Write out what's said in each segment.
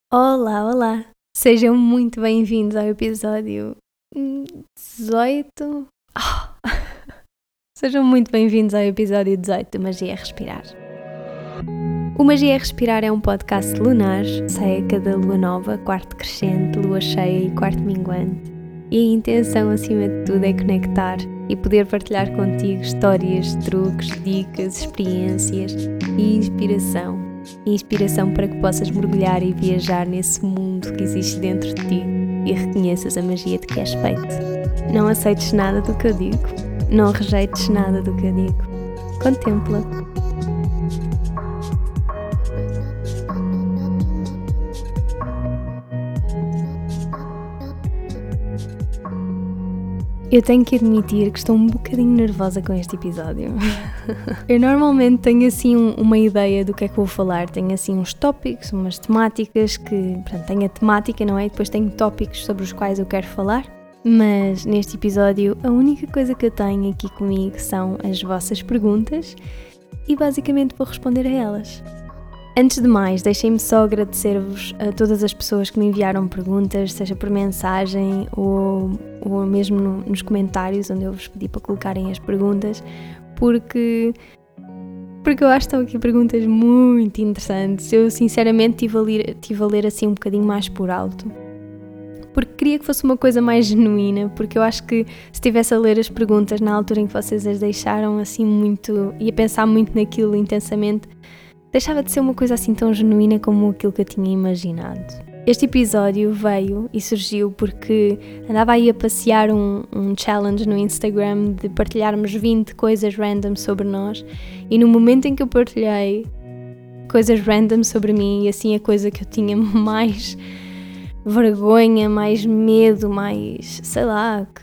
Olá, olá! Sejam muito bem-vindos ao episódio 18. Sejam muito bem-vindos ao episódio 18 do Magia é Respirar. O Magia é Respirar é um podcast lunar, sai a cada lua nova, quarto crescente, lua cheia e quarto minguante. E a intenção, acima de tudo, é conectar e poder partilhar contigo histórias, truques, dicas, experiências e inspiração. Inspiração para que possas mergulhar e viajar nesse mundo que existe dentro de ti e reconheças a magia de que és feito. Não aceites nada do que eu digo, não rejeites nada do que eu digo. Contempla. Eu tenho que admitir que estou um bocadinho nervosa com este episódio. Eu normalmente tenho assim uma ideia do que é que vou falar, tenho assim uns tópicos, umas temáticas tenho a temática, não é? E depois tenho tópicos sobre os quais eu quero falar, mas neste episódio a única coisa que eu tenho aqui comigo são as vossas perguntas e basicamente vou responder a elas. Antes de mais, deixem-me só agradecer-vos a todas as pessoas que me enviaram perguntas, seja por mensagem ou mesmo nos comentários, onde eu vos pedi para colocarem as perguntas, porque eu acho que estão aqui perguntas muito interessantes. Eu sinceramente estive a ler assim um bocadinho mais por alto, porque queria que fosse uma coisa mais genuína, porque eu acho que se estivesse a ler as perguntas na altura em que vocês as deixaram assim muito, e a pensar muito naquilo intensamente, deixava de ser uma coisa assim tão genuína como aquilo que eu tinha imaginado. Este episódio veio e surgiu porque andava aí a passear um challenge no Instagram de partilharmos 20 coisas random sobre nós, e no momento em que eu partilhei coisas random sobre mim, e assim a coisa que eu tinha mais vergonha, mais medo, mais, sei lá, que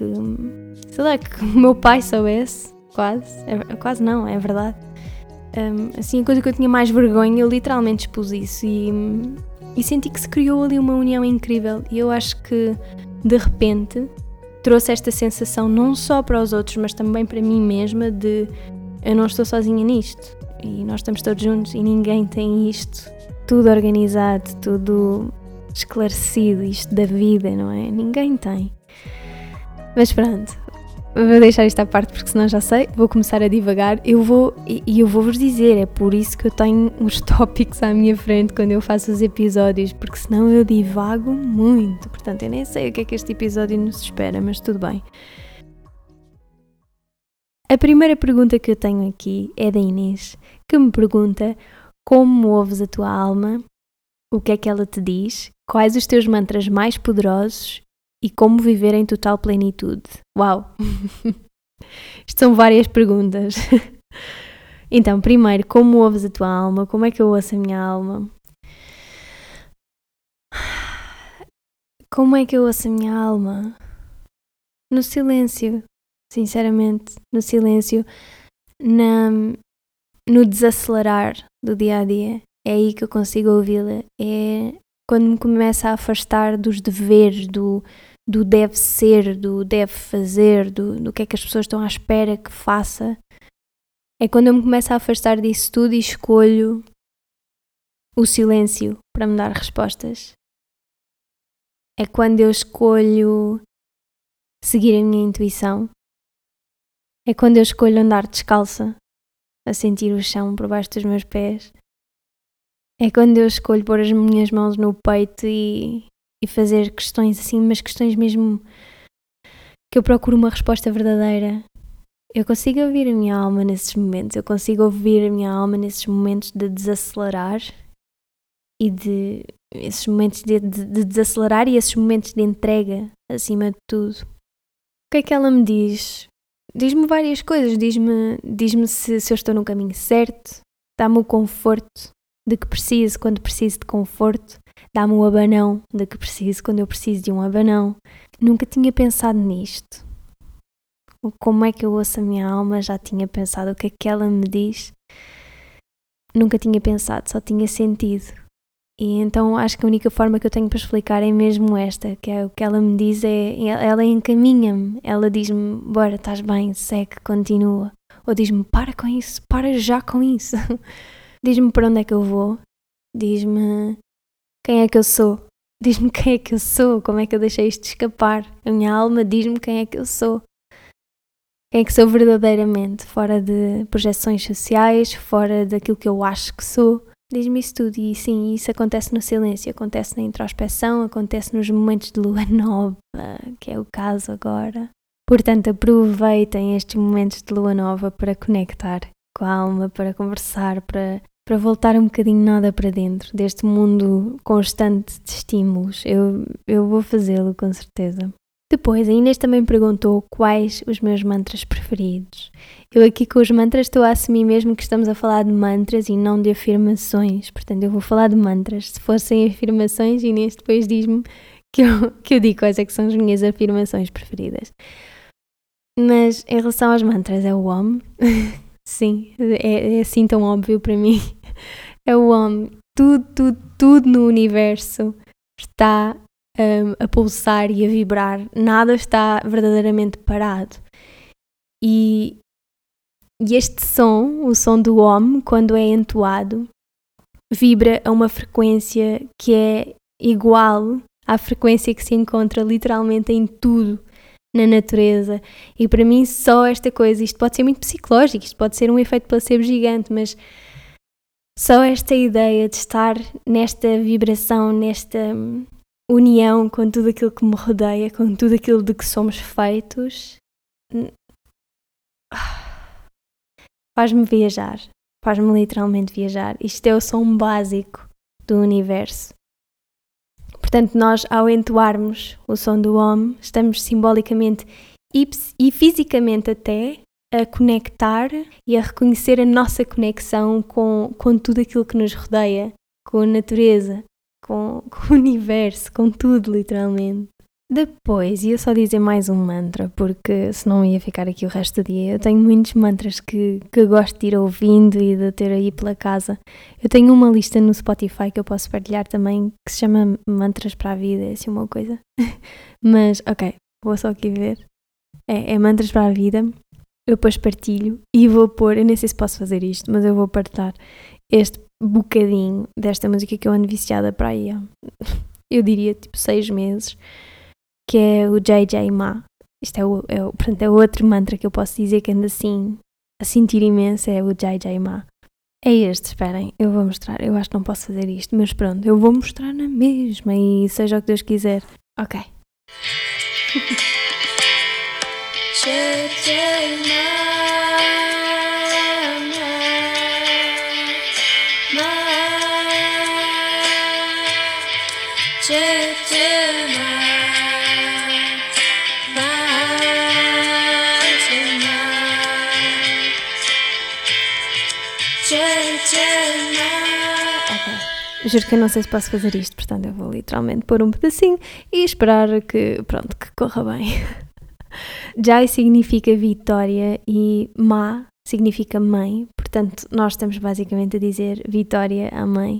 o meu pai soubesse, quase não, é verdade. Assim, a coisa que eu tinha mais vergonha, eu literalmente expus isso e senti que se criou ali uma união incrível, e eu acho que de repente trouxe esta sensação não só para os outros, mas também para mim mesma, de eu não estou sozinha nisto e nós estamos todos juntos e ninguém tem isto tudo organizado, tudo esclarecido, isto da vida, não é? Ninguém tem. Mas pronto, vou deixar isto à parte porque senão já sei, vou começar a divagar. Eu vou-vos dizer, é por isso que eu tenho os tópicos à minha frente quando eu faço os episódios, porque senão eu divago muito. Portanto, eu nem sei o que é que este episódio nos espera, mas tudo bem. A primeira pergunta que eu tenho aqui é da Inês, que me pergunta como ouves a tua alma, o que é que ela te diz, quais os teus mantras mais poderosos e como viver em total plenitude. Uau! Isto são várias perguntas. Então, primeiro, como ouves a tua alma? Como é que eu ouço a minha alma? Como é que eu ouço a minha alma? No silêncio, sinceramente, no silêncio, no desacelerar do dia a dia. É aí que eu consigo ouvi-la. É quando me começa a afastar dos deveres, do deve ser, do deve fazer, do que é que as pessoas estão à espera que faça. É quando eu me começo a afastar disso tudo e escolho o silêncio para me dar respostas. É quando eu escolho seguir a minha intuição. É quando eu escolho andar descalça, a sentir o chão por baixo dos meus pés. É quando eu escolho pôr as minhas mãos no peito e fazer questões assim, mas questões mesmo que eu procuro uma resposta verdadeira. Eu consigo ouvir a minha alma nesses momentos, eu consigo ouvir a minha alma nesses momentos de desacelerar e esses momentos de desacelerar e esses momentos de entrega, acima de tudo. O que é que ela me diz? Diz-me várias coisas, diz-me se eu estou no caminho certo, dá-me o conforto de que preciso quando preciso de conforto, dá-me o abanão de que preciso quando eu preciso de um abanão. Nunca tinha pensado nisto. Como é que eu ouço a minha alma? Já tinha pensado o que é que ela me diz. Nunca tinha pensado, só tinha sentido. E então acho que a única forma que eu tenho para explicar é mesmo esta, que é o que ela me diz, ela encaminha-me, ela diz-me, bora, estás bem, segue, continua. Ou diz-me, para com isso, para já com isso. Diz-me para onde é que eu vou, diz-me quem é que eu sou. Diz-me quem é que eu sou, como é que eu deixei isto escapar. A minha alma diz-me quem é que eu sou. Quem é que sou verdadeiramente, fora de projeções sociais, fora daquilo que eu acho que sou. Diz-me isso tudo e sim, isso acontece no silêncio, acontece na introspeção, acontece nos momentos de lua nova, que é o caso agora. Portanto, aproveitem estes momentos de lua nova para conectar com a alma, para conversar, para voltar um bocadinho nada para dentro deste mundo constante de estímulos. Eu vou fazê-lo com certeza. Depois, a Inês também perguntou quais os meus mantras preferidos. Eu aqui com os mantras estou a assumir mesmo que estamos a falar de mantras e não de afirmações. Portanto, eu vou falar de mantras. Se fossem afirmações, Inês depois diz-me que eu digo quais é que são as minhas afirmações preferidas. Mas em relação aos mantras, é o Om. Sim, é assim tão óbvio para mim. É o Om. Tudo no universo está a pulsar e a vibrar, nada está verdadeiramente parado. E este som, o som do Om, quando é entoado, vibra a uma frequência que é igual à frequência que se encontra literalmente em tudo na natureza. E para mim só esta coisa, isto pode ser muito psicológico, isto pode ser um efeito placebo gigante, mas só esta ideia de estar nesta vibração, nesta união com tudo aquilo que me rodeia, com tudo aquilo de que somos feitos, faz-me viajar, faz-me literalmente viajar. Isto é o som básico do universo. Portanto, nós ao entoarmos o som do Om, estamos simbolicamente e fisicamente até a conectar e a reconhecer a nossa conexão com tudo aquilo que nos rodeia, com a natureza, com o universo, com tudo, literalmente. Depois, ia só dizer mais um mantra, porque senão ia ficar aqui o resto do dia. Eu tenho muitos mantras que gosto de ir ouvindo e de ter aí pela casa. Eu tenho uma lista no Spotify que eu posso partilhar também, que se chama Mantras para a Vida, é assim uma coisa. Mas, ok, vou só aqui ver. É Mantras para a Vida. Eu depois partilho e vou pôr, eu nem sei se posso fazer isto, mas eu vou partilhar este bocadinho desta música que eu ando viciada para aí há, eu diria tipo 6 meses, que é o JJ Ma. Isto portanto, é outro mantra que eu posso dizer que ando assim a sentir imenso, é o JJ Ma. É este, esperem, eu vou mostrar, eu acho que não posso fazer isto, mas pronto, eu vou mostrar na mesma e seja o que Deus quiser. Ok. Juro que eu não sei se posso fazer isto, portanto eu vou literalmente pôr um pedacinho e esperar que corra bem. Jai significa vitória e Ma significa mãe, portanto nós estamos basicamente a dizer vitória à mãe.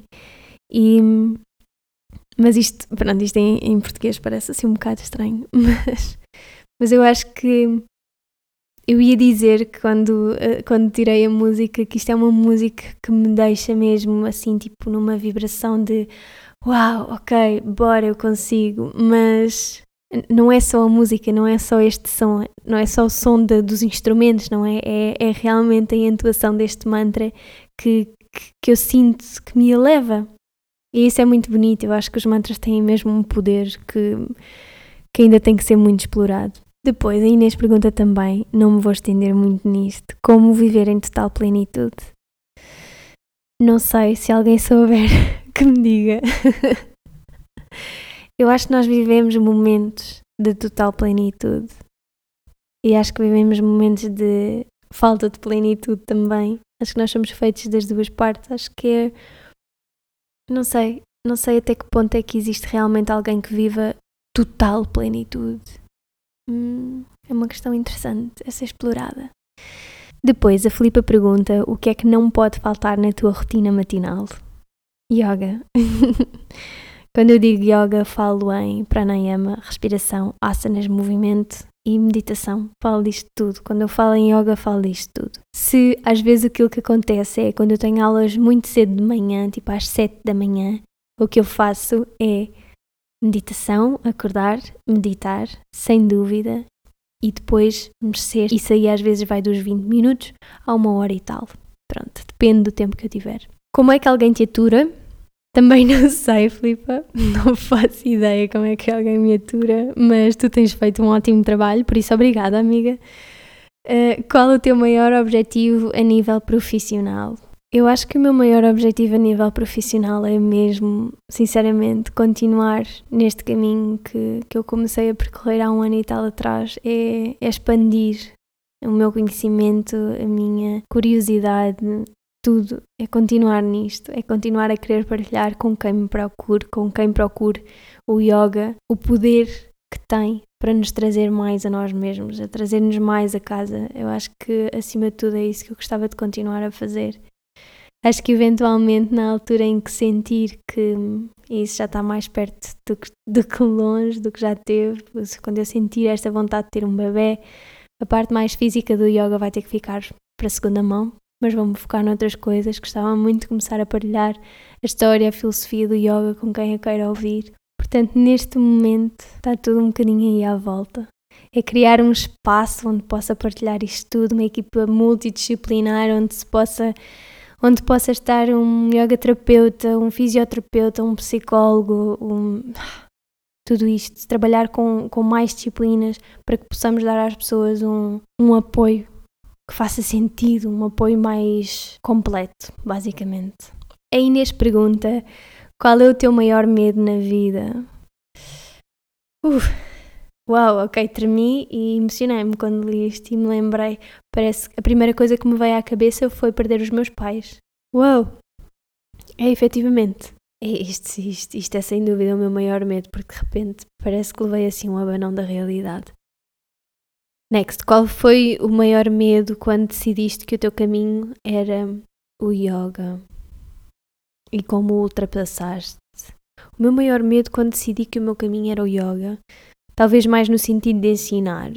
Mas isto em português parece assim um bocado estranho, mas eu acho que eu ia dizer que quando tirei a música, que isto é uma música que me deixa mesmo assim, tipo numa vibração de uau, ok, bora, eu consigo, mas não é só a música, não é só este som, não é só o som dos instrumentos, não é? É realmente a entoação deste mantra que eu sinto que me eleva. E isso é muito bonito, eu acho que os mantras têm mesmo um poder que ainda tem que ser muito explorado. Depois, a Inês pergunta também, não me vou estender muito nisto, como viver em total plenitude? Não sei, se alguém souber, que me diga. Eu acho que nós vivemos momentos de total plenitude e acho que vivemos momentos de falta de plenitude também. Acho que nós somos feitos das duas partes, acho que é... Não sei até que ponto é que existe realmente alguém que viva total plenitude. É uma questão interessante a ser explorada. Depois a Filipa pergunta o que é que não pode faltar na tua rotina matinal. Yoga. Quando eu digo yoga, falo em pranayama, respiração, asanas, movimento e meditação. Falo disto tudo. Quando eu falo em yoga, falo disto tudo. Se às vezes aquilo que acontece é quando eu tenho aulas muito cedo de manhã, tipo às 7 da manhã, o que eu faço é meditação, acordar, meditar, sem dúvida, e depois mexer. Isso aí às vezes vai dos 20 minutos a 1 hora e tal. Pronto, depende do tempo que eu tiver. Como é que alguém te atura? Também não sei, Filipa, não faço ideia como é que alguém me atura, mas tu tens feito um ótimo trabalho, por isso obrigada, amiga. Qual o teu maior objetivo a nível profissional? Eu acho que o meu maior objetivo a nível profissional é mesmo, sinceramente, continuar neste caminho que eu comecei a percorrer há 1 ano e tal atrás, é expandir o meu conhecimento, a minha curiosidade, tudo, é continuar nisto, é continuar a querer partilhar com quem me procure, com quem procure o yoga, o poder que tem para nos trazer mais a nós mesmos, a trazer-nos mais a casa. Eu acho que acima de tudo é isso que eu gostava de continuar a fazer. Acho que eventualmente na altura em que sentir que isso já está mais perto do que longe, do que já teve, quando eu sentir esta vontade de ter um bebê, a parte mais física do yoga vai ter que ficar para a segunda mão, mas vou-me focar noutras coisas. Gostava muito de começar a partilhar a história, a filosofia do yoga com quem eu queira ouvir. Portanto, neste momento está tudo um bocadinho aí à volta. É criar um espaço onde possa partilhar isto tudo, uma equipa multidisciplinar onde possa estar um yoga terapeuta, um fisioterapeuta, um psicólogo, tudo isto, trabalhar com mais disciplinas para que possamos dar às pessoas um apoio que faça sentido, um apoio mais completo, basicamente. A Inês pergunta: qual é o teu maior medo na vida? Uau, ok, tremi e emocionei-me quando li isto e me lembrei, parece que a primeira coisa que me veio à cabeça foi perder os meus pais. Uau, efetivamente, isto é sem dúvida o meu maior medo, porque de repente parece que levei assim um abanão da realidade. Next, qual foi o maior medo quando decidiste que o teu caminho era o yoga? E como o ultrapassaste? O meu maior medo quando decidi que o meu caminho era o yoga, talvez mais no sentido de ensinar,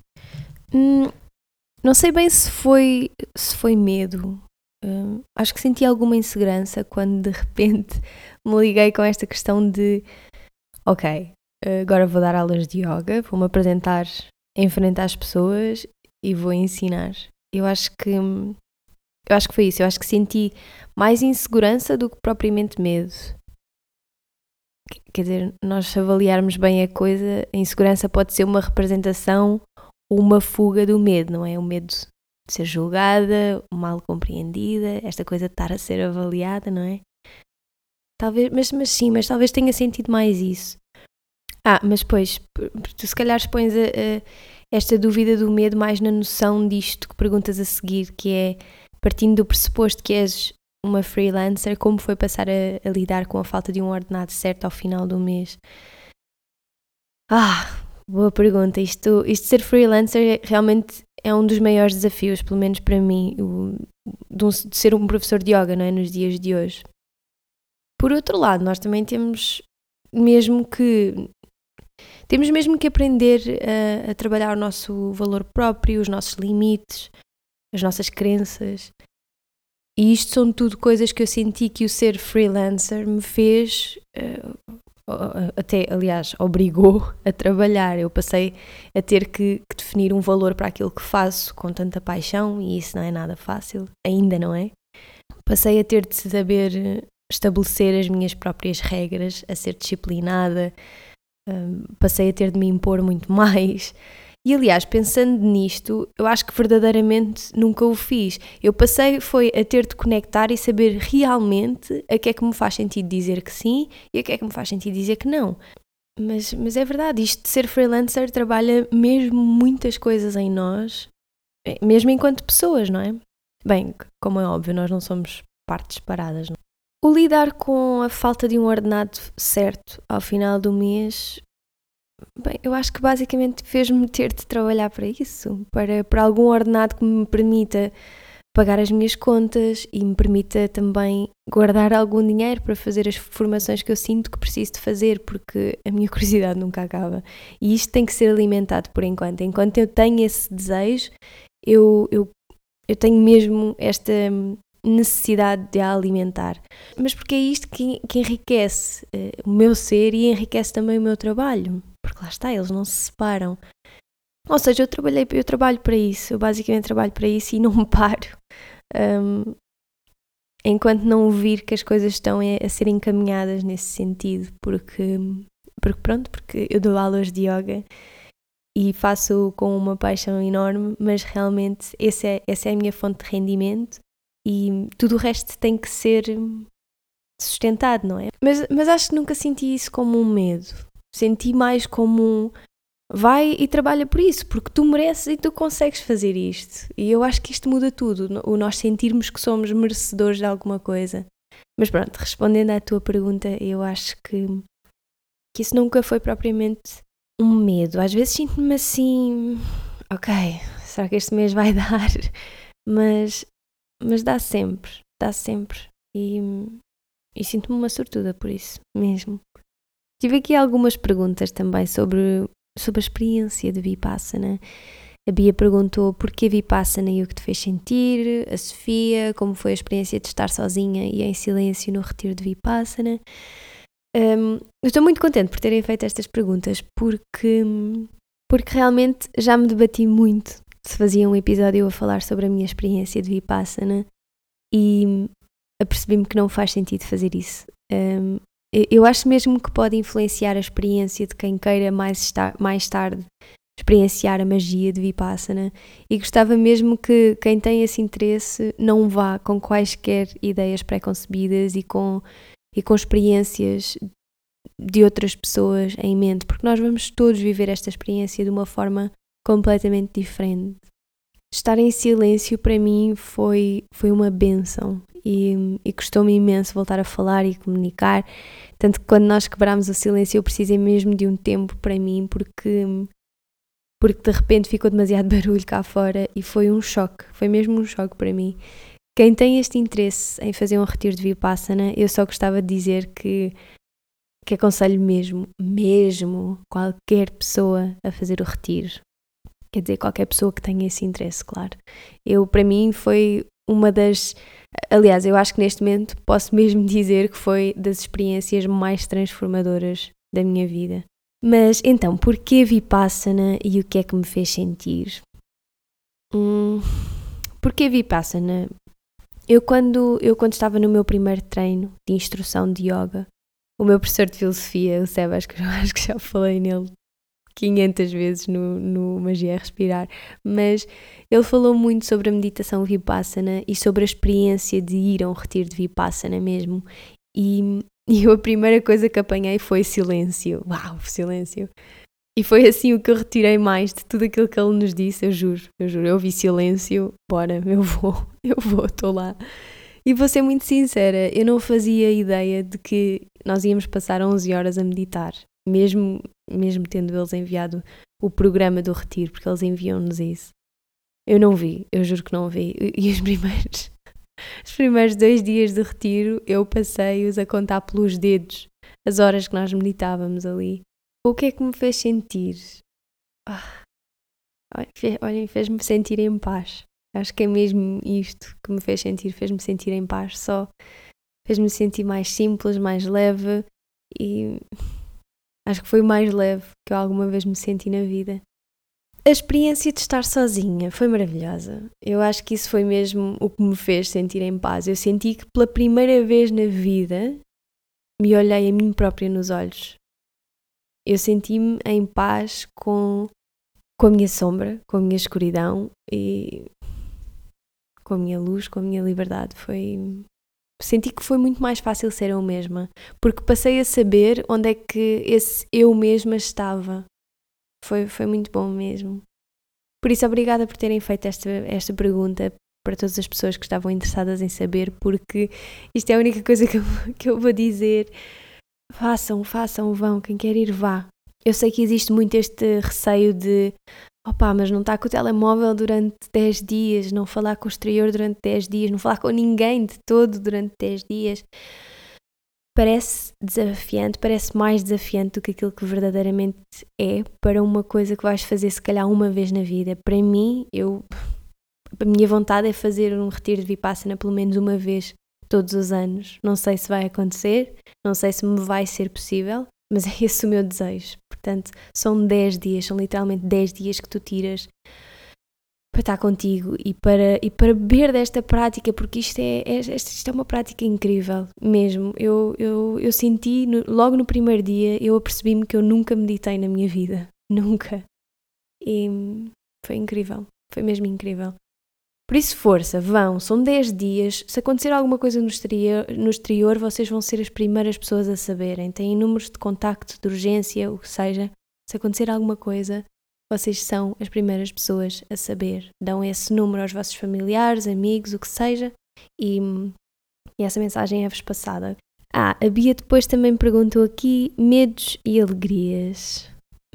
não sei bem se foi medo. Acho que senti alguma insegurança quando de repente me liguei com esta questão de ok, agora vou dar aulas de yoga, vou-me apresentar em frente às pessoas e vou ensinar. Eu acho que foi isso. Eu acho que senti mais insegurança do que propriamente medo. Quer dizer, nós avaliarmos bem a coisa, a insegurança pode ser uma representação ou uma fuga do medo, não é? O medo de ser julgada, mal compreendida, esta coisa de estar a ser avaliada, não é? Talvez, mas talvez tenha sentido mais isso. Mas pois, tu se calhar expões esta dúvida do medo mais na noção disto que perguntas a seguir, que é, partindo do pressuposto que és uma freelancer, como foi passar a lidar com a falta de um ordenado certo ao final do mês? Boa pergunta. Isto de ser freelancer realmente é um dos maiores desafios, pelo menos para mim, de ser um professor de yoga, não é? Nos dias de hoje. Por outro lado, nós também temos mesmo que aprender a trabalhar o nosso valor próprio, os nossos limites, as nossas crenças. E isto são tudo coisas que eu senti que o ser freelancer me fez, até, aliás, obrigou a trabalhar. Eu passei a ter que definir um valor para aquilo que faço com tanta paixão, e isso não é nada fácil, ainda não é. Passei a ter de saber estabelecer as minhas próprias regras, a ser disciplinada, passei a ter de me impor muito mais. E aliás, pensando nisto, eu acho que verdadeiramente nunca o fiz. Eu passei a ter de conectar e saber realmente a que é que me faz sentido dizer que sim e a que é que me faz sentido dizer que não. Mas é verdade, isto de ser freelancer trabalha mesmo muitas coisas em nós, mesmo enquanto pessoas, não é? Bem, como é óbvio, nós não somos partes paradas, não é? O lidar com a falta de um ordenado certo ao final do mês, bem, eu acho que basicamente fez-me ter de trabalhar para isso, para algum ordenado que me permita pagar as minhas contas e me permita também guardar algum dinheiro para fazer as formações que eu sinto que preciso de fazer, porque a minha curiosidade nunca acaba. E isto tem que ser alimentado por enquanto. Enquanto eu tenho esse desejo, eu tenho mesmo necessidade de a alimentar. Mas porque é isto que enriquece o meu ser e enriquece também o meu trabalho. Porque lá está, eles não se separam. Ou seja, eu trabalho para isso, eu basicamente trabalho para isso e não me paro. Enquanto não vir que as coisas estão a ser encaminhadas nesse sentido, porque eu dou aulas de yoga e faço com uma paixão enorme, mas realmente essa é a minha fonte de rendimento e tudo o resto tem que ser sustentado, não é? Mas acho que nunca senti isso como um medo, senti mais como vai e trabalha por isso, porque tu mereces e tu consegues fazer isto. E eu acho que isto muda tudo, o nós sentirmos que somos merecedores de alguma coisa. Mas pronto, respondendo à tua pergunta, eu acho que isso nunca foi propriamente um medo. Às vezes sinto-me assim, ok, será que este mês vai dar? Mas dá sempre. E sinto-me uma sortuda por isso mesmo. Tive aqui algumas perguntas também sobre a experiência de Vipassana. A Bia perguntou porquê Vipassana e o que te fez sentir. A Sofia, como foi a experiência de estar sozinha e em silêncio no retiro de Vipassana. Eu estou muito contente por terem feito estas perguntas porque realmente já me debati muito se fazia um episódio a falar sobre a minha experiência de Vipassana e apercebi-me que não faz sentido fazer isso. Eu acho mesmo que pode influenciar a experiência de quem queira mais tarde experienciar a magia de Vipassana e gostava mesmo que quem tem esse interesse não vá com quaisquer ideias pré-concebidas e com experiências de outras pessoas em mente, porque nós vamos todos viver esta experiência de uma forma completamente diferente. Estar em silêncio para mim foi uma bênção e custou-me imenso voltar a falar e comunicar, tanto que quando nós quebrámos o silêncio eu precisei mesmo de um tempo para mim porque de repente ficou demasiado barulho cá fora e foi mesmo um choque para mim. Quem tem este interesse em fazer um retiro de Vipassana, eu só gostava de dizer que aconselho mesmo qualquer pessoa a fazer o retiro. Quer dizer, qualquer pessoa que tenha esse interesse, claro. Para mim foi uma das... Aliás, eu acho que neste momento posso mesmo dizer que foi das experiências mais transformadoras da minha vida. Mas então, porquê Vipassana e o que é que me fez sentir? Porquê Vipassana? Eu quando estava no meu primeiro treino de instrução de yoga, o meu professor de filosofia, o Seba, acho que já falei nele 500 vezes no Magia a Respirar, mas ele falou muito sobre a meditação Vipassana e sobre a experiência de ir a um retiro de Vipassana mesmo. E eu a primeira coisa que apanhei foi silêncio. Uau, silêncio! E foi assim o que eu retirei mais de tudo aquilo que ele nos disse, eu juro. Eu vi silêncio, bora, eu vou, estou lá. E vou ser muito sincera, eu não fazia ideia de que nós íamos passar 11 horas a meditar, mesmo tendo eles enviado o programa do retiro, porque eles enviam-nos isso. Eu não vi, eu juro que não vi. E os primeiros 2 dias de retiro, eu passei-os a contar pelos dedos as horas que nós meditávamos ali. O que é que me fez sentir? Olhem, fez-me sentir em paz. Acho que é mesmo isto que me fez-me sentir em paz só. Fez-me sentir mais simples, mais leve e acho que foi o mais leve que eu alguma vez me senti na vida. A experiência de estar sozinha foi maravilhosa. Eu acho que isso foi mesmo o que me fez sentir em paz. Eu senti que pela primeira vez na vida me olhei a mim própria nos olhos. Eu senti-me em paz com a minha sombra, com a minha escuridão e com a minha luz, com a minha liberdade. Senti que foi muito mais fácil ser eu mesma, porque passei a saber onde é que esse eu mesma estava. Foi muito bom mesmo. Por isso, obrigada por terem feito esta pergunta para todas as pessoas que estavam interessadas em saber, porque isto é a única coisa que eu vou dizer. Façam, vão, quem quer ir vá. Eu sei que existe muito este receio de mas não estar com o telemóvel durante 10 dias, não falar com o exterior durante 10 dias, não falar com ninguém de todo durante 10 dias. Parece desafiante, parece mais desafiante do que aquilo que verdadeiramente é para uma coisa que vais fazer se calhar uma vez na vida. Para mim, A minha vontade é fazer um retiro de Vipassana pelo menos uma vez todos os anos. Não sei se vai acontecer, não sei se me vai ser possível, mas é esse o meu desejo. Portanto, são 10 dias, são literalmente 10 dias que tu tiras para estar contigo e para beber desta prática, porque isto é uma prática incrível, mesmo. Eu senti, logo no primeiro dia, eu apercebi-me que eu nunca meditei na minha vida. Nunca. E foi incrível. Foi mesmo incrível. Por isso, força, vão, são 10 dias. Se acontecer alguma coisa no exterior, vocês vão ser as primeiras pessoas a saberem. Têm números de contacto, de urgência, o que seja. Se acontecer alguma coisa, vocês são as primeiras pessoas a saber. Dão esse número aos vossos familiares, amigos, o que seja, e essa mensagem é-vos passada. A Bia depois também perguntou aqui medos e alegrias.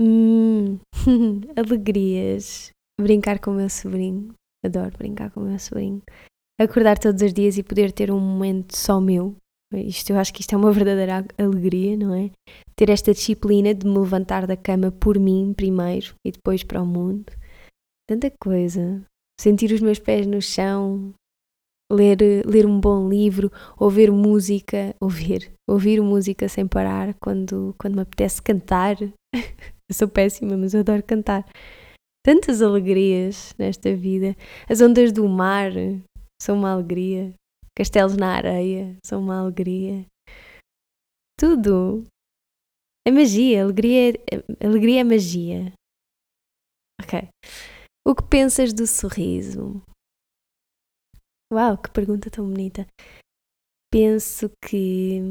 Alegrias. Brincar com o meu sobrinho. Adoro brincar com o meu sobrinho. Acordar todos os dias e poder ter um momento só meu. Eu acho que isto é uma verdadeira alegria, não é? Ter esta disciplina de me levantar da cama por mim primeiro e depois para o mundo. Tanta coisa. Sentir os meus pés no chão, ler um bom livro, ouvir música sem parar quando me apetece cantar. Eu sou péssima, mas eu adoro cantar. Tantas alegrias nesta vida. As ondas do mar são uma alegria. Castelos na areia são uma alegria. Tudo. É magia. Alegria é magia. Ok. O que pensas do sorriso? Uau, que pergunta tão bonita. Penso que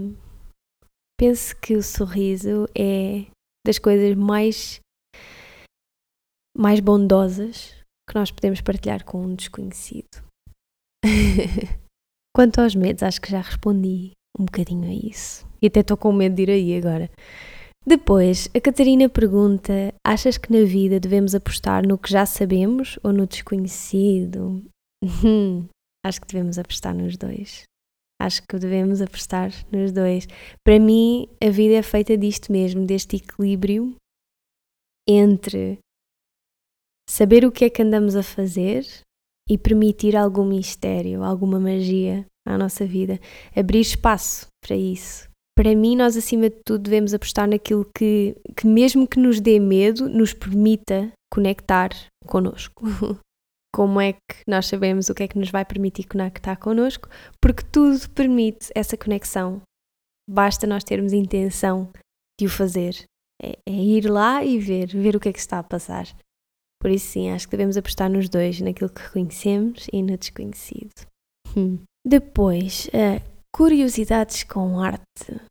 o sorriso é das coisas mais bondosas que nós podemos partilhar com um desconhecido. Quanto aos medos, acho que já respondi um bocadinho a isso. E até estou com medo de ir aí agora. Depois, a Catarina pergunta: achas que na vida devemos apostar no que já sabemos ou no desconhecido? Acho que devemos apostar nos dois. Acho que devemos apostar nos dois. Para mim, a vida é feita disto mesmo, deste equilíbrio entre saber o que é que andamos a fazer e permitir algum mistério, alguma magia à nossa vida. Abrir espaço para isso. Para mim, nós acima de tudo devemos apostar naquilo que mesmo que nos dê medo, nos permita conectar connosco. Como é que nós sabemos o que é que nos vai permitir conectar connosco? Porque tudo permite essa conexão. Basta nós termos intenção de o fazer. É ir lá e ver o que é que está a passar. Por isso sim, acho que devemos apostar nos dois, naquilo que reconhecemos e no desconhecido. Depois, curiosidades com arte.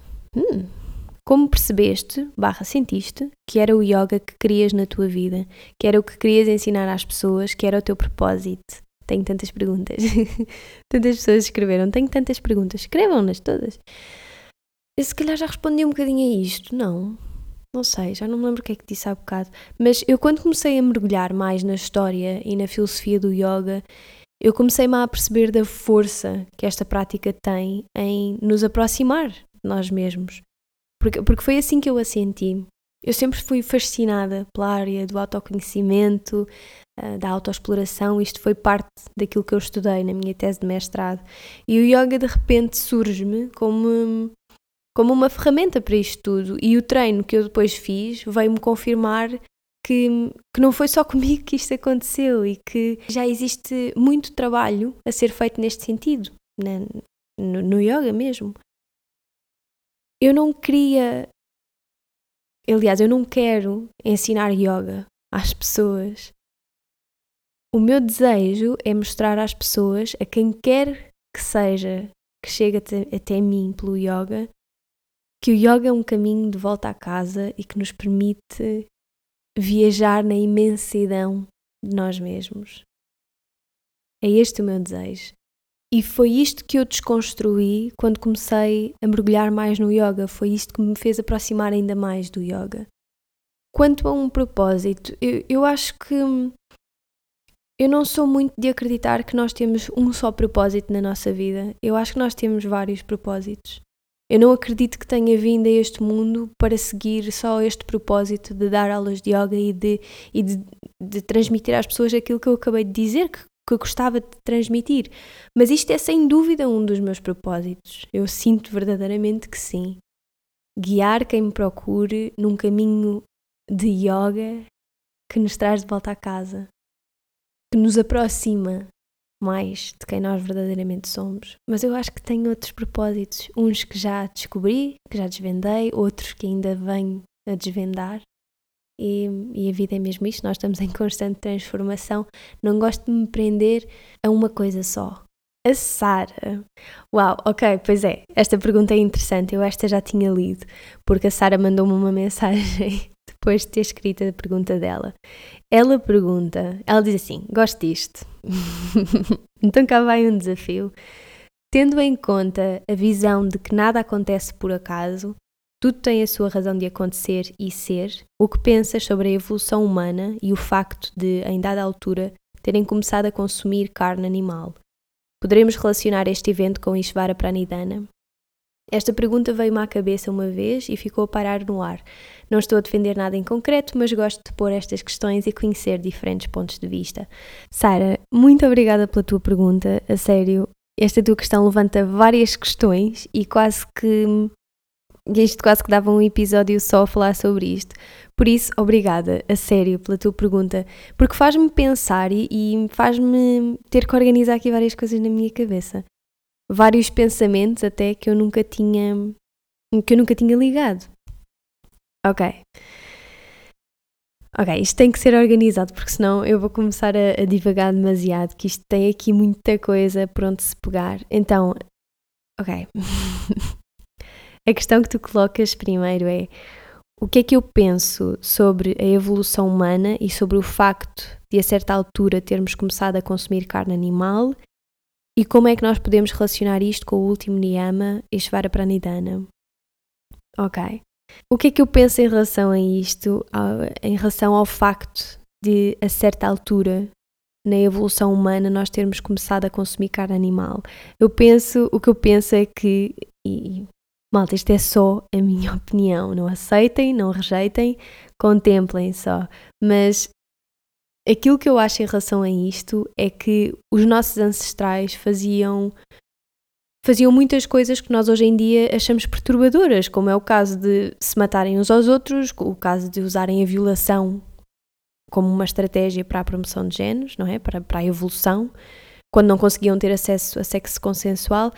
Como percebeste, /sentiste, que era o yoga que querias na tua vida, que era o que querias ensinar às pessoas, que era o teu propósito? Tenho tantas perguntas. Tantas pessoas escreveram, tenho tantas perguntas. Escrevam-nas todas. Eu se calhar já respondi um bocadinho a isto, não sei, já não me lembro o que é que disse há bocado, mas eu quando comecei a mergulhar mais na história e na filosofia do yoga, eu comecei-me a perceber da força que esta prática tem em nos aproximar de nós mesmos, porque foi assim que eu a senti. Eu sempre fui fascinada pela área do autoconhecimento, da autoexploração. Isto foi parte daquilo que eu estudei na minha tese de mestrado, e o yoga de repente surge-me como uma ferramenta para isto tudo, e o treino que eu depois fiz veio-me confirmar que não foi só comigo que isto aconteceu e que já existe muito trabalho a ser feito neste sentido, no yoga mesmo. Eu não quero ensinar yoga às pessoas. O meu desejo é mostrar às pessoas, a quem quer que seja, que chegue até mim pelo yoga, que o yoga é um caminho de volta à casa e que nos permite viajar na imensidão de nós mesmos. É este o meu desejo. E foi isto que eu desconstruí quando comecei a mergulhar mais no yoga. Foi isto que me fez aproximar ainda mais do yoga. Quanto a um propósito, eu acho que eu não sou muito de acreditar que nós temos um só propósito na nossa vida. Eu acho que nós temos vários propósitos. Eu não acredito que tenha vindo a este mundo para seguir só este propósito de dar aulas de yoga e de transmitir às pessoas aquilo que eu acabei de dizer, que que eu gostava de transmitir. Mas isto é sem dúvida um dos meus propósitos. Eu sinto verdadeiramente que sim. Guiar quem me procure num caminho de yoga que nos traz de volta à casa, que nos aproxima mais de quem nós verdadeiramente somos. Mas eu acho que tenho outros propósitos, uns que já descobri, que já desvendei, outros que ainda venho a desvendar. E a vida é mesmo isto, nós estamos em constante transformação. Não gosto de me prender a uma coisa só. A Sara. Uau, ok, pois é, esta pergunta é interessante, eu esta já tinha lido, porque a Sara mandou-me uma mensagem depois de ter escrito a pergunta dela. Ela diz assim, gosto disto. Então cá vai um desafio. Tendo em conta a visão de que nada acontece por acaso, tudo tem a sua razão de acontecer e ser, o que pensas sobre a evolução humana e o facto de, em dada altura, terem começado a consumir carne animal? Poderemos relacionar este evento com Ishvara Pranidhana? Esta pergunta veio-me à cabeça uma vez e ficou a parar no ar. Não estou a defender nada em concreto, mas gosto de pôr estas questões e conhecer diferentes pontos de vista. Sara, muito obrigada pela tua pergunta, a sério. Esta tua questão levanta várias questões e isto quase que dava um episódio só a falar sobre isto. Por isso, obrigada, a sério, pela tua pergunta, porque faz-me pensar e faz-me ter que organizar aqui várias coisas na minha cabeça. Vários pensamentos até que eu nunca tinha ligado. Ok, isto tem que ser organizado, porque senão eu vou começar a divagar demasiado, que isto tem aqui muita coisa por onde se pegar. Então, ok. A questão que tu colocas primeiro é: o que é que eu penso sobre a evolução humana e sobre o facto de a certa altura termos começado a consumir carne animal e como é que nós podemos relacionar isto com o último niyama, Ishvara Pranidhana? Ok. O que é que eu penso em relação a isto, em relação ao facto de a certa altura na evolução humana nós termos começado a consumir carne animal? O que eu penso é que... Malta, isto é só a minha opinião, não aceitem, não rejeitem, contemplem só. Mas aquilo que eu acho em relação a isto é que os nossos ancestrais faziam muitas coisas que nós hoje em dia achamos perturbadoras, como é o caso de se matarem uns aos outros, o caso de usarem a violação como uma estratégia para a promoção de géneros, não é? Para a evolução, quando não conseguiam ter acesso a sexo consensual.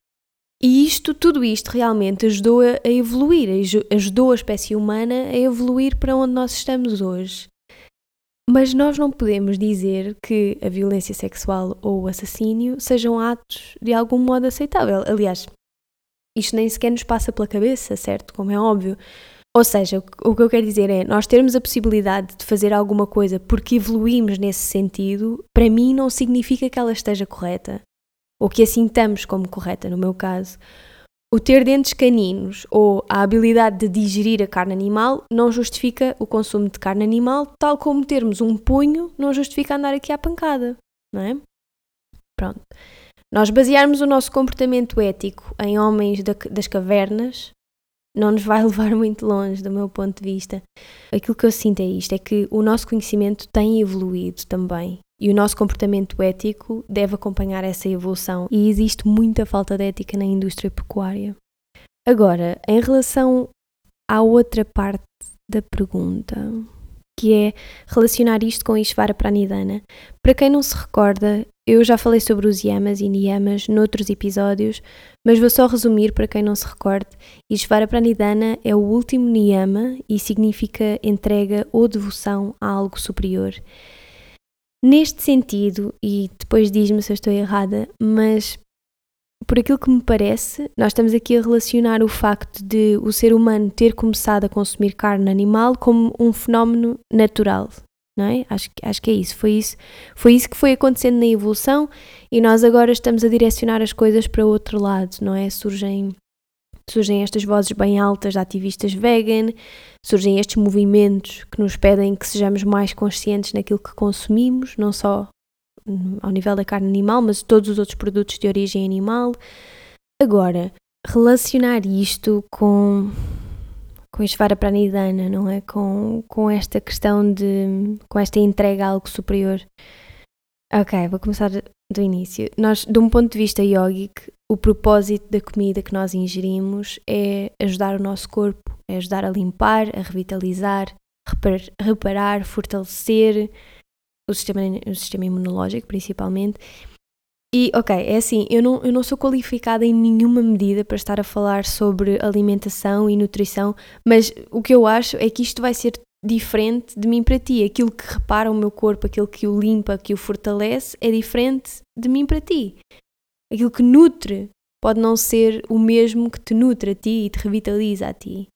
E tudo isto realmente ajudou a evoluir, ajudou a espécie humana a evoluir para onde nós estamos hoje. Mas nós não podemos dizer que a violência sexual ou o assassínio sejam atos de algum modo aceitável. Aliás, isto nem sequer nos passa pela cabeça, certo? Como é óbvio. Ou seja, o que eu quero dizer é, nós termos a possibilidade de fazer alguma coisa porque evoluímos nesse sentido, para mim não significa que ela esteja correta. Ou que a sintamos como correta, no meu caso. O ter dentes caninos ou a habilidade de digerir a carne animal não justifica o consumo de carne animal, tal como termos um punho não justifica andar aqui à pancada, não é? Pronto. Nós basearmos o nosso comportamento ético em homens das cavernas não nos vai levar muito longe, do meu ponto de vista. Aquilo que eu sinto é isto, é que o nosso conhecimento tem evoluído também. E o nosso comportamento ético deve acompanhar essa evolução. E existe muita falta de ética na indústria pecuária. Agora, em relação à outra parte da pergunta, que é relacionar isto com Ishvara Pranidhana. Para quem não se recorda, eu já falei sobre os yamas e niyamas noutros episódios, mas vou só resumir para quem não se recorde. Ishvara Pranidhana é o último niyama e significa entrega ou devoção a algo superior. Neste sentido, e depois diz-me se eu estou errada, mas por aquilo que me parece, nós estamos aqui a relacionar o facto de o ser humano ter começado a consumir carne animal como um fenómeno natural, não é? Acho que é isso. Foi isso que foi acontecendo na evolução e nós agora estamos a direcionar as coisas para o outro lado, não é? Surgem estas vozes bem altas de ativistas vegan, surgem estes movimentos que nos pedem que sejamos mais conscientes naquilo que consumimos, não só ao nível da carne animal, mas todos os outros produtos de origem animal. Agora, relacionar isto com Ishvara Pranidhana, não é? Com esta questão com esta entrega a algo superior. Ok, vou começar do início. Nós, de um ponto de vista yógico, o propósito da comida que nós ingerimos é ajudar o nosso corpo, é ajudar a limpar, a revitalizar, reparar, fortalecer o sistema imunológico, principalmente. E, ok, é assim, eu não sou qualificada em nenhuma medida para estar a falar sobre alimentação e nutrição, mas o que eu acho é que isto vai ser diferente de mim para ti. Aquilo que repara o meu corpo, aquilo que o limpa, que o fortalece, é diferente de mim para ti. Aquilo que nutre pode não ser o mesmo que te nutre a ti e te revitaliza a ti.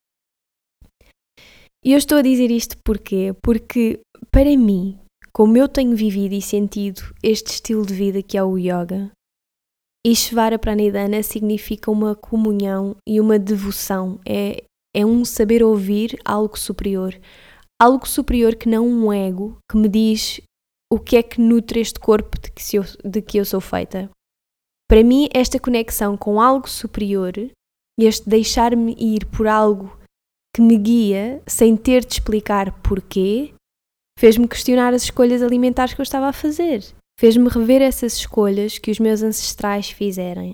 E eu estou a dizer isto porquê? Porque, para mim, como eu tenho vivido e sentido este estilo de vida que é o yoga, Ishvara Pranidhana significa uma comunhão e uma devoção. É um saber ouvir algo superior. Algo superior que não um ego que me diz o que é que nutre este corpo de que eu sou feita. Para mim, esta conexão com algo superior, este deixar-me ir por algo que me guia sem ter de explicar porquê, fez-me questionar as escolhas alimentares que eu estava a fazer. Fez-me rever essas escolhas que os meus ancestrais fizeram.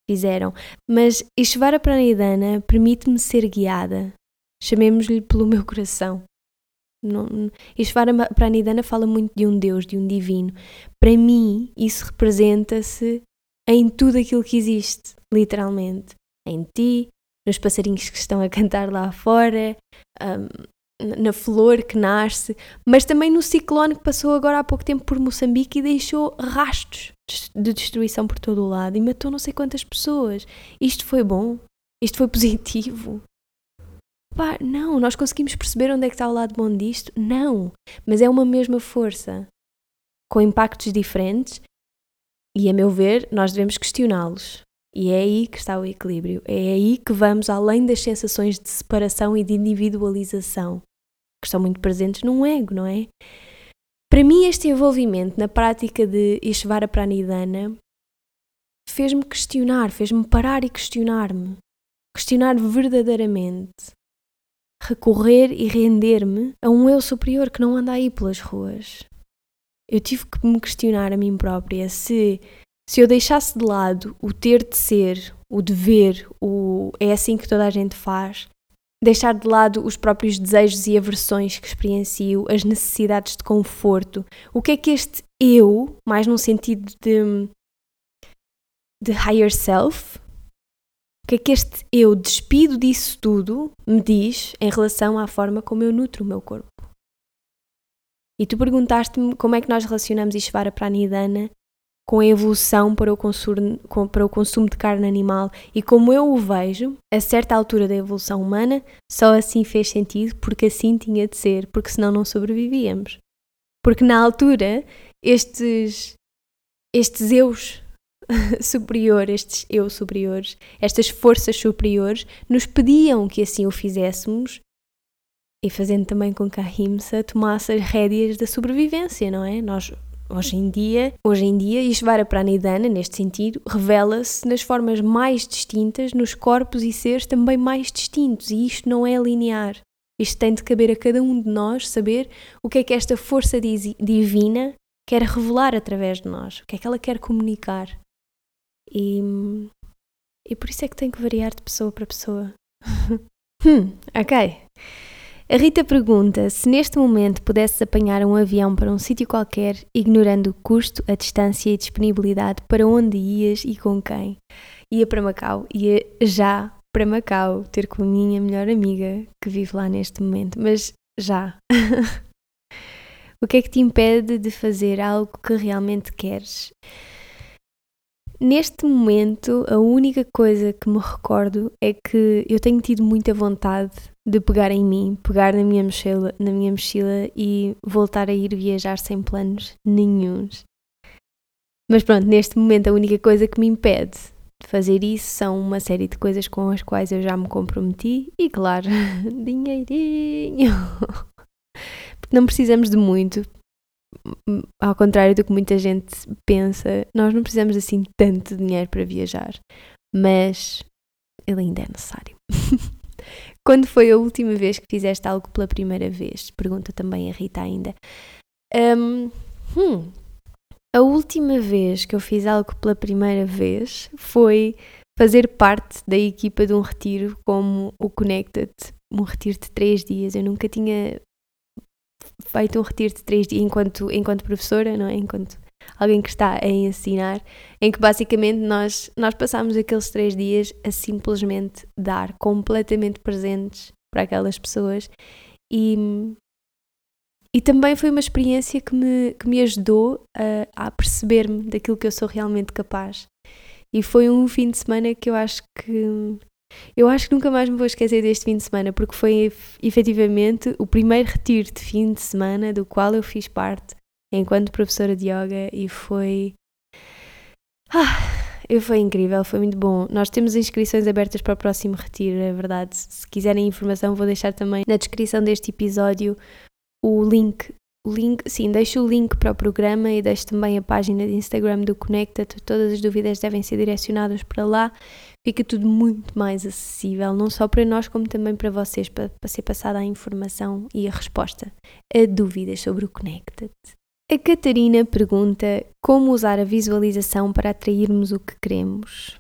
Mas Ishvara Pranidhana permite-me ser guiada. Chamemos-lhe pelo meu coração. Ishvara Pranidhana fala muito de um Deus, de um divino. Para mim, isso representa-se em tudo aquilo que existe, literalmente. Em ti, nos passarinhos que estão a cantar lá fora, na flor que nasce, mas também no ciclone que passou agora há pouco tempo por Moçambique e deixou rastros de destruição por todo o lado e matou não sei quantas pessoas. Isto foi bom? Isto foi positivo? Pá, não, nós conseguimos perceber onde é que está o lado bom disto? Não, mas é uma mesma força, com impactos diferentes e, a meu ver, nós devemos questioná-los. E é aí que está o equilíbrio, é aí que vamos além das sensações de separação e de individualização, que estão muito presentes num ego, não é? Para mim, este envolvimento na prática de Ishvara Pranidhana fez-me questionar, fez-me parar e questionar-me. Questionar verdadeiramente. Recorrer e render-me a um eu superior que não anda aí pelas ruas. Eu tive que me questionar a mim própria se eu deixasse de lado o ter de ser, o dever, o é assim que toda a gente faz, deixar de lado os próprios desejos e aversões que experiencio, as necessidades de conforto, o que é que este eu, mais num sentido de higher self, o que é que este eu, despido disso tudo, me diz em relação à forma como eu nutro o meu corpo. E tu perguntaste-me como é que nós relacionamos Ishvara Pranidhana com a evolução para o consumo de carne animal e como eu o vejo, a certa altura da evolução humana, só assim fez sentido porque assim tinha de ser, porque senão não sobrevivíamos. Porque na altura, estes eus estes eu superiores, estas forças superiores, nos pediam que assim o fizéssemos e fazendo também com que a Ahimsa tomasse as rédeas da sobrevivência, não é? Nós, hoje em dia, Ishvara Pranidhana, neste sentido, revela-se nas formas mais distintas, nos corpos e seres também mais distintos, e isto não é linear. Isto tem de caber a cada um de nós saber o que é que esta força divina quer revelar através de nós, o que é que ela quer comunicar. E por isso é que tem que variar de pessoa para pessoa. Ok. A Rita pergunta se neste momento pudesses apanhar um avião para um sítio qualquer, ignorando o custo, a distância e a disponibilidade, para onde ias e com quem? Ia para Macau, ia já para Macau, ter com a minha melhor amiga que vive lá neste momento, mas já. O que é que te impede de fazer algo que realmente queres? Neste momento, a única coisa que me recordo é que eu tenho tido muita vontade de pegar em mim, pegar na minha mochila e voltar a ir viajar sem planos nenhuns. Mas pronto, neste momento a única coisa que me impede de fazer isso são uma série de coisas com as quais eu já me comprometi e, claro, dinheirinho. Porque não precisamos de muito. Ao contrário do que muita gente pensa, nós não precisamos assim tanto dinheiro para viajar, mas ele ainda é necessário. Quando foi a última vez que fizeste algo pela primeira vez? Pergunta também a Rita ainda. A última vez que eu fiz algo pela primeira vez foi fazer parte da equipa de um retiro como o Connected, um retiro de 3 dias. Eu nunca tinha feito um retiro de 3 dias enquanto professora, não é? Enquanto alguém que está a ensinar, em que basicamente nós passámos aqueles 3 dias a simplesmente dar completamente presentes para aquelas pessoas e também foi uma experiência que me ajudou a perceber-me daquilo que eu sou realmente capaz. E foi um fim de semana que eu acho que nunca mais me vou esquecer deste fim de semana, porque foi efetivamente o primeiro retiro de fim de semana do qual eu fiz parte enquanto professora de yoga e foi incrível, foi muito bom. Nós temos inscrições abertas para o próximo retiro, é verdade. Se quiserem informação, vou deixar também na descrição deste episódio o link, sim, deixo o link para o programa e deixo também a página de Instagram do Connected. Todas as dúvidas devem ser direcionadas para lá. Fica tudo muito mais acessível, não só para nós como também para vocês, para ser passada a informação e a resposta a dúvidas sobre o Connected. A Catarina pergunta como usar a visualização para atrairmos o que queremos.